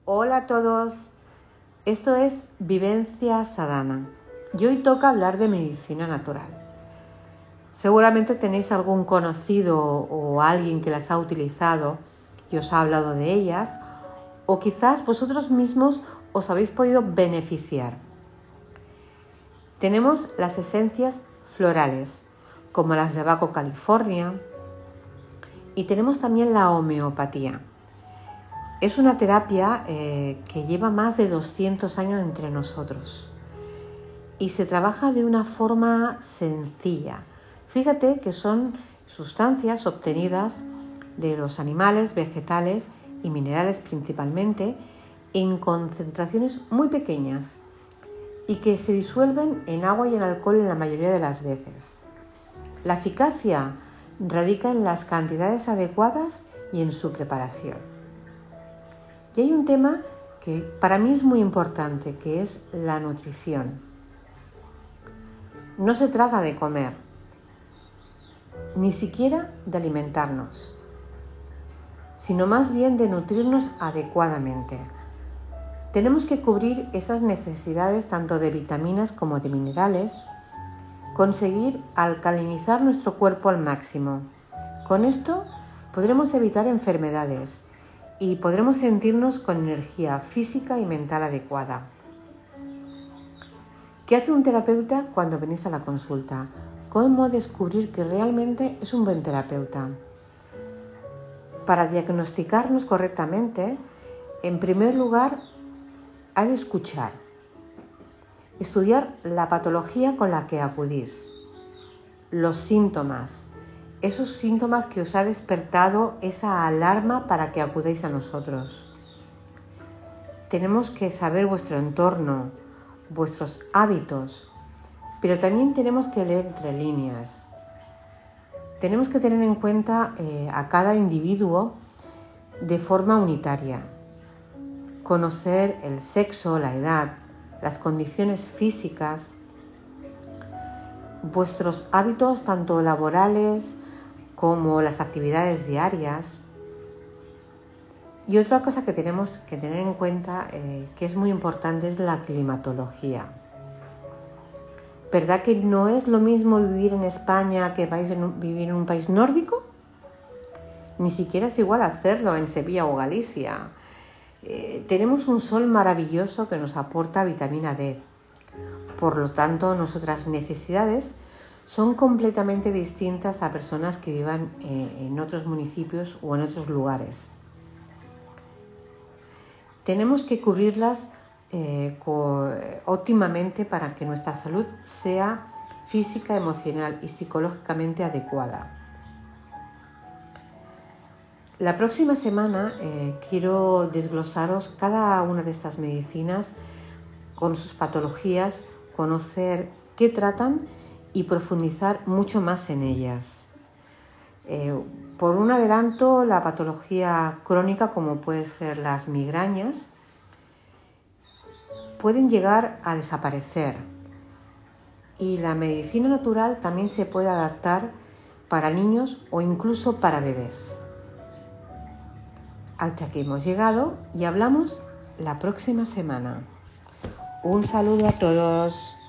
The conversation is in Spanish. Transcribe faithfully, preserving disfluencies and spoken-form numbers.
Hola a todos, esto es Vivencia Sadhana y hoy toca hablar de medicina natural. Seguramente tenéis algún conocido o alguien que las ha utilizado y os ha hablado de ellas, o quizás vosotros mismos os habéis podido beneficiar. Tenemos las esencias florales, como las de Baco California, y tenemos también la homeopatía. Es una terapia eh, que lleva más de doscientos años entre nosotros y se trabaja de una forma sencilla. Fíjate que son sustancias obtenidas de los animales, vegetales y minerales principalmente en concentraciones muy pequeñas y que se disuelven en agua y en alcohol en la mayoría de las veces. La eficacia radica en las cantidades adecuadas y en su preparación. Y hay un tema que para mí es muy importante, que es la nutrición. No se trata de comer, ni siquiera de alimentarnos, sino más bien de nutrirnos adecuadamente. Tenemos que cubrir esas necesidades tanto de vitaminas como de minerales, conseguir alcalinizar nuestro cuerpo al máximo. Con esto podremos evitar enfermedades y podremos sentirnos con energía física y mental adecuada. ¿Qué hace un terapeuta cuando venís a la consulta? ¿Cómo descubrir que realmente es un buen terapeuta? Para diagnosticarnos correctamente, en primer lugar, ha de escuchar, estudiar la patología con la que acudís, los síntomas, esos síntomas que os ha despertado esa alarma para que acudáis a nosotros. Tenemos que saber vuestro entorno, vuestros hábitos, pero también tenemos que leer entre líneas. Tenemos que tener en cuenta eh, a cada individuo de forma unitaria, conocer el sexo, la edad, las condiciones físicas, vuestros hábitos tanto laborales como las actividades diarias. Y otra cosa que tenemos que tener en cuenta, eh, que es muy importante, es la climatología. ¿Verdad que no es lo mismo vivir en España que vivir en un país nórdico? Ni siquiera es igual hacerlo en Sevilla o Galicia. Eh, tenemos un sol maravilloso que nos aporta vitamina D. Por lo tanto, nuestras necesidades son completamente distintas a personas que vivan eh, en otros municipios o en otros lugares. Tenemos que cubrirlas eh, co- óptimamente para que nuestra salud sea física, emocional y psicológicamente adecuada. La próxima semana eh, quiero desglosaros cada una de estas medicinas con sus patologías, conocer qué tratan y profundizar mucho más en ellas. Eh, por un adelanto, la patología crónica, como pueden ser las migrañas, pueden llegar a desaparecer y la medicina natural también se puede adaptar para niños o incluso para bebés. Hasta aquí hemos llegado y hablamos la próxima semana. Un saludo a todos.